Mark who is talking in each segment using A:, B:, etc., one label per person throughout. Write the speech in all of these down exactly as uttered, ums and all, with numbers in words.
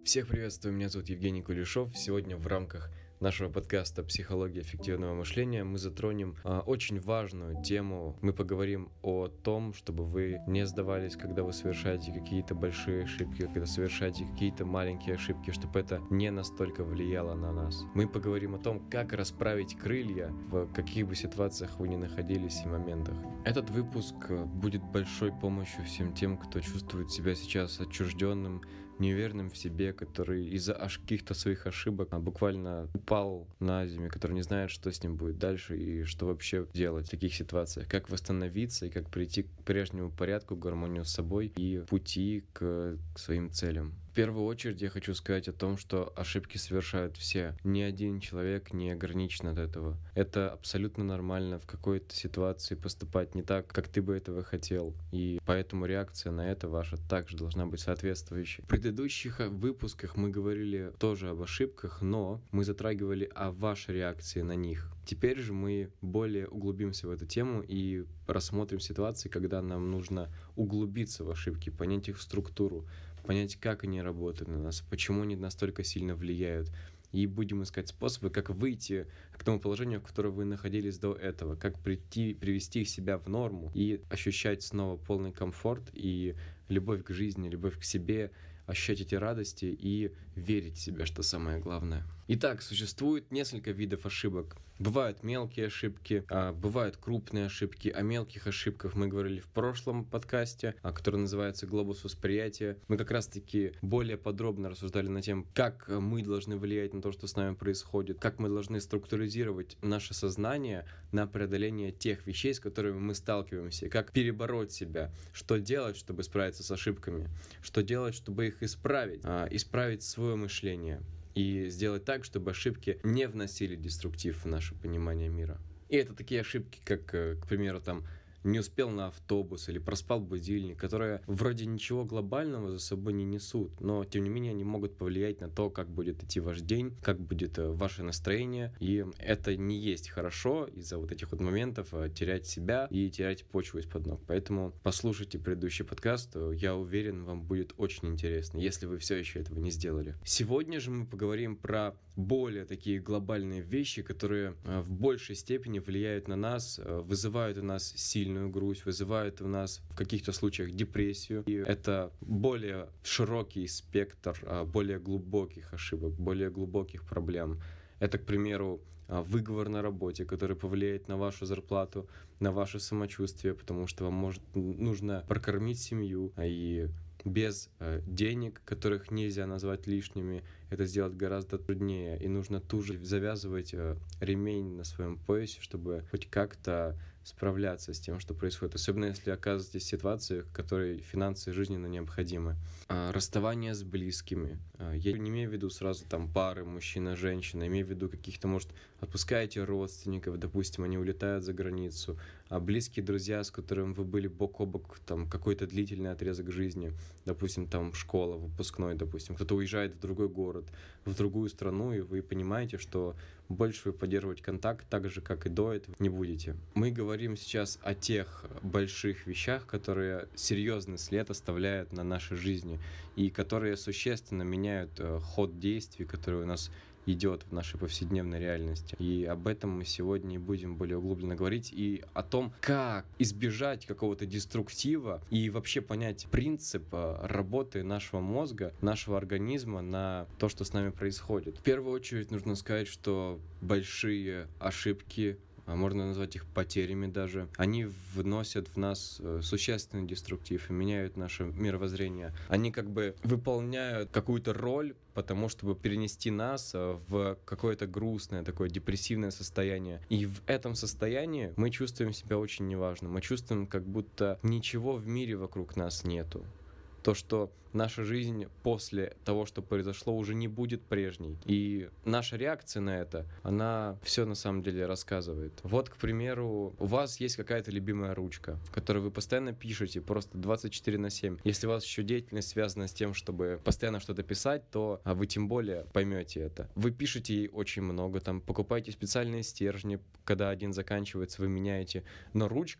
A: Всех приветствую, меня зовут Евгений Кулешов. Сегодня в рамках нашего подкаста «Психология эффективного мышления» мы затронем а, очень важную тему. Мы поговорим о том, чтобы вы не сдавались, когда вы совершаете какие-то большие ошибки, когда совершаете какие-то маленькие ошибки, чтобы это не настолько влияло на нас. Мы поговорим о том, как расправить крылья, в каких бы ситуациях вы ни находились и моментах. Этот выпуск будет большой помощью всем тем, кто чувствует себя сейчас отчужденным, неуверенным в себе, который из-за аж каких-то своих ошибок а, буквально упал на землю, который не знает, что с ним будет дальше и что вообще делать в таких ситуациях, как восстановиться и как прийти к прежнему порядку, к гармонию с собой и пути к, к своим целям. В первую очередь я хочу сказать о том, что ошибки совершают все. Ни один человек не ограничен от этого. Это абсолютно нормально в какой-то ситуации поступать не так, как ты бы этого хотел. И поэтому реакция на это ваша также должна быть соответствующей. В предыдущих выпусках мы говорили тоже об ошибках, но мы затрагивали о вашей реакции на них. Теперь же мы более углубимся в эту тему и рассмотрим ситуации, когда нам нужно углубиться в ошибки, понять их структуру, понять, как они работают на нас, почему они настолько сильно влияют. И будем искать способы, как выйти к тому положению, в котором вы находились до этого, как прийти, привести себя в норму и ощущать снова полный комфорт и любовь к жизни, любовь к себе, ощущать эти радости и верить в себя, что самое главное. Итак, существует несколько видов ошибок. Бывают мелкие ошибки, а бывают крупные ошибки. О мелких ошибках мы говорили в прошлом подкасте, который называется «Глобус восприятия». Мы как раз-таки более подробно рассуждали над тем, как мы должны влиять на то, что с нами происходит, как мы должны структуризировать наше сознание на преодоление тех вещей, с которыми мы сталкиваемся, как перебороть себя, что делать, чтобы справиться с ошибками, что делать, чтобы их исправить, а, исправить свое мышление и сделать так, чтобы ошибки не вносили деструктив в наше понимание мира. И это такие ошибки, как, к примеру, там, не успел на автобус или проспал будильник, которые вроде ничего глобального за собой не несут, но тем не менее они могут повлиять на то, как будет идти ваш день, как будет ваше настроение, и это не есть хорошо из-за вот этих вот моментов терять себя и терять почву из-под ног. Поэтому послушайте предыдущий подкаст, я уверен, вам будет очень интересно, если вы все еще этого не сделали. Сегодня же мы поговорим про более такие глобальные вещи, которые в большей степени влияют на нас, вызывают у нас сильную грусть, вызывают в нас в каких-то случаях депрессию. И это более широкий спектр более глубоких ошибок, более глубоких проблем. Это, к примеру, выговор на работе, который повлияет на вашу зарплату, на ваше самочувствие, потому что вам может, нужно прокормить семью, и без э, денег, которых нельзя назвать лишними, это сделать гораздо труднее. И нужно тут же завязывать э, ремень на своем поясе, чтобы хоть как-то справляться с тем, что происходит. Особенно если оказываетесь в ситуации, в которой финансы жизненно необходимы. А, расставание с близкими. А, я не имею в виду сразу там пары, мужчина, женщина. Имею в виду каких-то, может, отпускаете родственников, допустим, они улетают за границу. А близкие друзья, с которыми вы были бок о бок там какой-то длительный отрезок жизни, допустим, там школа, выпускной, допустим, кто-то уезжает в другой город, в другую страну, и вы понимаете, что больше вы поддерживать контакт так же, как и до этого, не будете. Мы говорим сейчас о тех больших вещах, которые серьезный след оставляют на нашей жизни и которые существенно меняют э, ход действий, который у нас идет в нашей повседневной реальности. И об этом мы сегодня и будем более углубленно говорить, и о том, как избежать какого-то деструктива и вообще понять принцип работы нашего мозга, нашего организма на то, что с нами происходит. В первую очередь нужно сказать, что большие ошибки, можно назвать их потерями даже, они вносят в нас существенный деструктив и меняют наше мировоззрение. Они как бы выполняют какую-то роль, потому чтобы перенести нас в какое-то грустное, такое депрессивное состояние. И в этом состоянии мы чувствуем себя очень неважно. Мы чувствуем, как будто ничего в мире вокруг нас нету. То, что наша жизнь после того, что произошло, уже не будет прежней. И наша реакция на это, она все на самом деле рассказывает. Вот, к примеру, у вас есть какая-то любимая ручка, в которой вы постоянно пишете, просто двадцать четыре на семь. Если у вас еще деятельность связана с тем, чтобы постоянно что-то писать, то вы тем более поймете это. Вы пишете ей очень много, там, покупаете специальные стержни, когда один заканчивается, вы меняете. Но ручка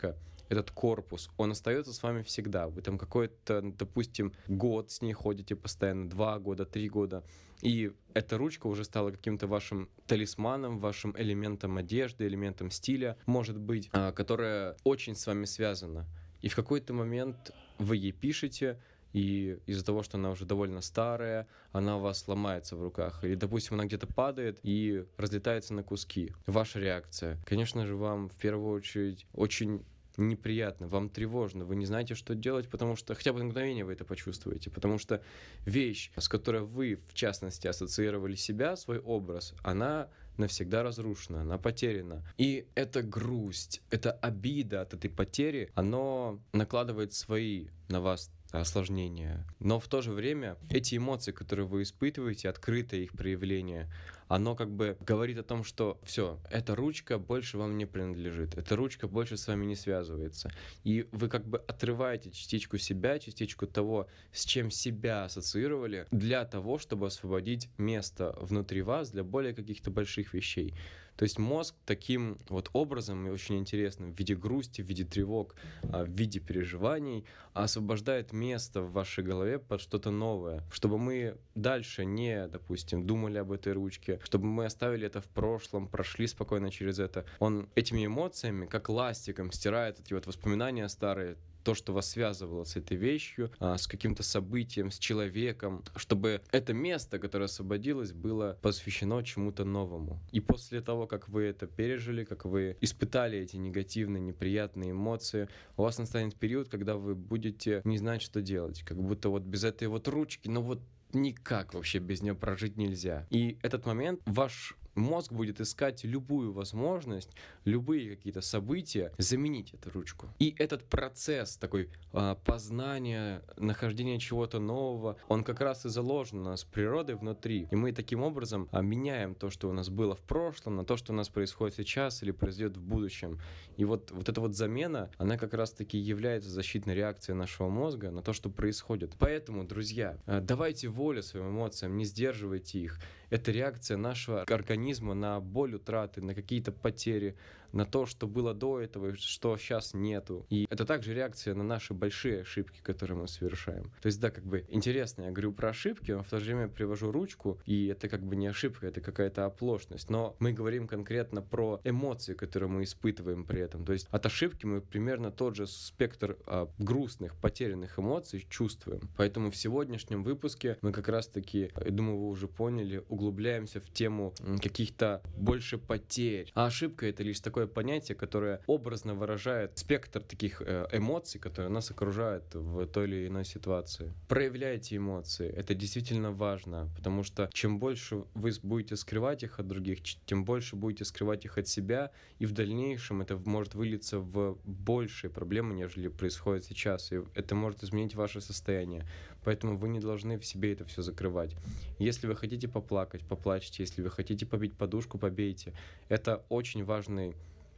A: этот корпус, он остается с вами всегда. Вы там какой-то, допустим, год с ней ходите постоянно, два года, три года, и эта ручка уже стала каким-то вашим талисманом, вашим элементом одежды, элементом стиля, может быть, которая очень с вами связана. И в какой-то момент вы ей пишете, и из-за того, что она уже довольно старая, она у вас ломается в руках. Или, допустим, она где-то падает и разлетается на куски. Ваша реакция. Конечно же, вам в первую очередь очень неприятно, вам тревожно, вы не знаете, что делать, потому что хотя бы на мгновение вы это почувствуете, потому что вещь, с которой вы, в частности, ассоциировали себя, свой образ, она навсегда разрушена, она потеряна. И эта грусть, эта обида от этой потери, оно накладывает свои на вас осложнения. Но в то же время эти эмоции, которые вы испытываете, открытое их проявление, оно как бы говорит о том, что все, эта ручка больше вам не принадлежит, эта ручка больше с вами не связывается. И вы как бы отрываете частичку себя, частичку того, с чем себя ассоциировали, для того, чтобы освободить место внутри вас для более каких-то больших вещей. То есть мозг таким вот образом, и очень интересным, в виде грусти, в виде тревог, в виде переживаний, освобождает место в вашей голове под что-то новое, чтобы мы дальше не, допустим, думали об этой ручке, чтобы мы оставили это в прошлом, прошли спокойно через это. Он этими эмоциями, как ластиком, стирает эти вот воспоминания старые, то, что вас связывало с этой вещью, с каким-то событием, с человеком, чтобы это место, которое освободилось, было посвящено чему-то новому. И после того, как вы это пережили, как вы испытали эти негативные, неприятные эмоции, у вас настанет период, когда вы будете не знать, что делать. Как будто вот без этой вот ручки, ну вот никак вообще без нее прожить нельзя. И этот момент ваш мозг будет искать любую возможность, любые какие-то события заменить эту ручку. И этот процесс такой а, познания, нахождения чего-то нового, он как раз и заложен у нас природой внутри. И мы таким образом а, меняем то, что у нас было в прошлом, на то, что у нас происходит сейчас или произойдет в будущем. И вот, вот эта вот замена, она как раз-таки является защитной реакцией нашего мозга на то, что происходит. Поэтому, друзья, а, давайте волю своим эмоциям, не сдерживайте их. Это реакция нашего организма на боль утраты, на какие-то потери, на то, что было до этого, что сейчас нету. И это также реакция на наши большие ошибки, которые мы совершаем. То есть, да, как бы интересно, я говорю про ошибки, но в то же время привожу ручку, и это как бы не ошибка, это какая-то оплошность. Но мы говорим конкретно про эмоции, которые мы испытываем при этом. То есть от ошибки мы примерно тот же спектр а, грустных, потерянных эмоций чувствуем. Поэтому в сегодняшнем выпуске мы как раз-таки, я думаю, вы уже поняли, углубляемся в тему каких-то больше потерь. А ошибка — это лишь такое понятие, которое образно выражает спектр таких эмоций, которые нас окружают в той или иной ситуации. Проявляйте эмоции. Это действительно важно, потому что чем больше вы будете скрывать их от других, тем больше будете скрывать их от себя, и в дальнейшем это может вылиться в большие проблемы, нежели происходит сейчас. И это может изменить ваше состояние. Поэтому вы не должны в себе это все закрывать. Если вы хотите поплакать, поплачьте. Если вы хотите побить подушку, побейте. Это очень важный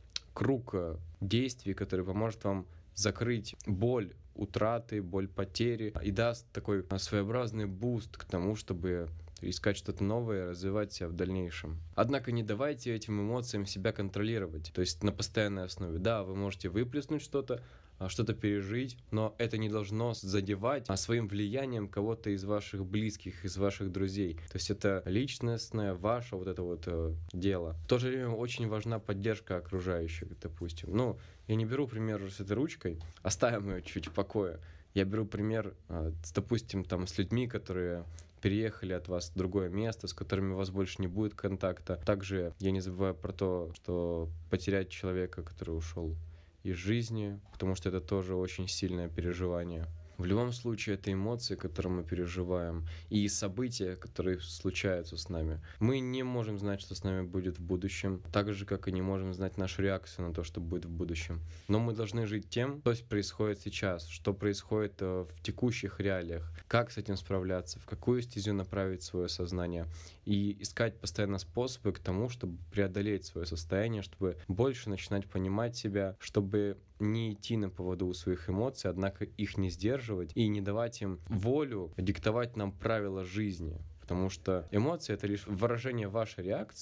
A: круг действий, который поможет вам закрыть боль утраты, боль потери и даст такой своеобразный буст к тому, чтобы искать что-то новое, развивать себя в дальнейшем. Однако не давайте этим эмоциям себя контролировать, то есть на постоянной основе. Да, вы можете выплеснуть что-то, что-то пережить, но это не должно задевать своим влиянием кого-то из ваших близких, из ваших друзей. То есть это личностное, ваше вот это вот э, дело. В то же время очень важна поддержка окружающих, допустим. Ну, я не беру пример с этой ручкой, оставим ее чуть в покое. Я беру пример, э, с, допустим, там, с людьми, которые переехали от вас в другое место, с которыми у вас больше не будет контакта. Также я не забываю про то, что потерять человека, который ушел из жизни, потому что это тоже очень сильное переживание. В любом случае, это эмоции, которые мы переживаем, и события, которые случаются с нами. Мы не можем знать, что с нами будет в будущем, так же, как и не можем знать нашу реакцию на то, что будет в будущем. Но мы должны жить тем, что происходит сейчас, что происходит в текущих реалиях, как с этим справляться, в какую стезю направить свое сознание, и искать постоянно способы к тому, чтобы преодолеть свое состояние, чтобы больше начинать понимать себя, чтобы не идти на поводу у своих эмоций, однако их не сдерживать и не давать им волю диктовать нам правила жизни. Потому что эмоции — это лишь выражение вашей реакции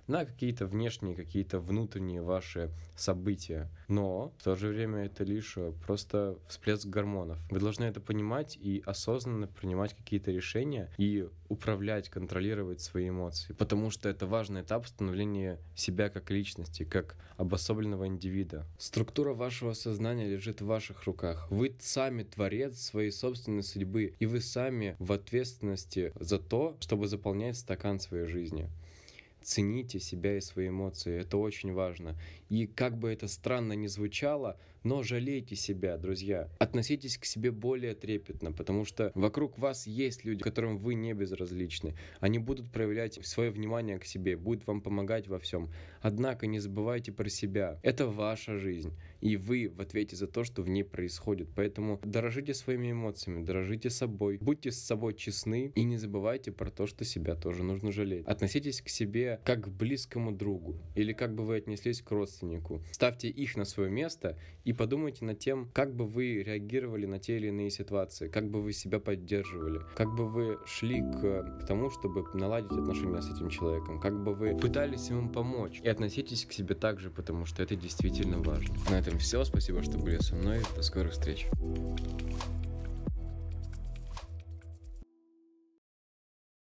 A: на какие-то внешние, какие-то внутренние ваши события. Но в то же время это лишь просто всплеск гормонов. Вы должны это понимать и осознанно принимать какие-то решения и управлять, контролировать свои эмоции. Потому что это важный этап становления себя как личности, как обособленного индивида. Структура вашего сознания лежит в ваших руках. Вы сами творец своей собственной судьбы, и вы сами в ответственности за то, чтобы заполнять стакан своей жизни. Цените себя и свои эмоции, это очень важно. И как бы это странно ни звучало, но жалейте себя, друзья. Относитесь к себе более трепетно, потому что вокруг вас есть люди, которым вы не безразличны. Они будут проявлять свое внимание к себе, будут вам помогать во всем. Однако не забывайте про себя. Это ваша жизнь, и вы в ответе за то, что в ней происходит. Поэтому дорожите своими эмоциями, дорожите собой, будьте с собой честны и не забывайте про то, что себя тоже нужно жалеть. Относитесь к себе как к близкому другу, или как бы вы отнеслись к родственнику. Ставьте их на свое место и подумайте над тем, как бы вы реагировали на те или иные ситуации, как бы вы себя поддерживали, как бы вы шли к, к тому, чтобы наладить отношения с этим человеком, как бы вы пытались ему помочь. И относитесь к себе так же, потому что это действительно важно. На этом все. Спасибо, что были со мной. До скорых встреч.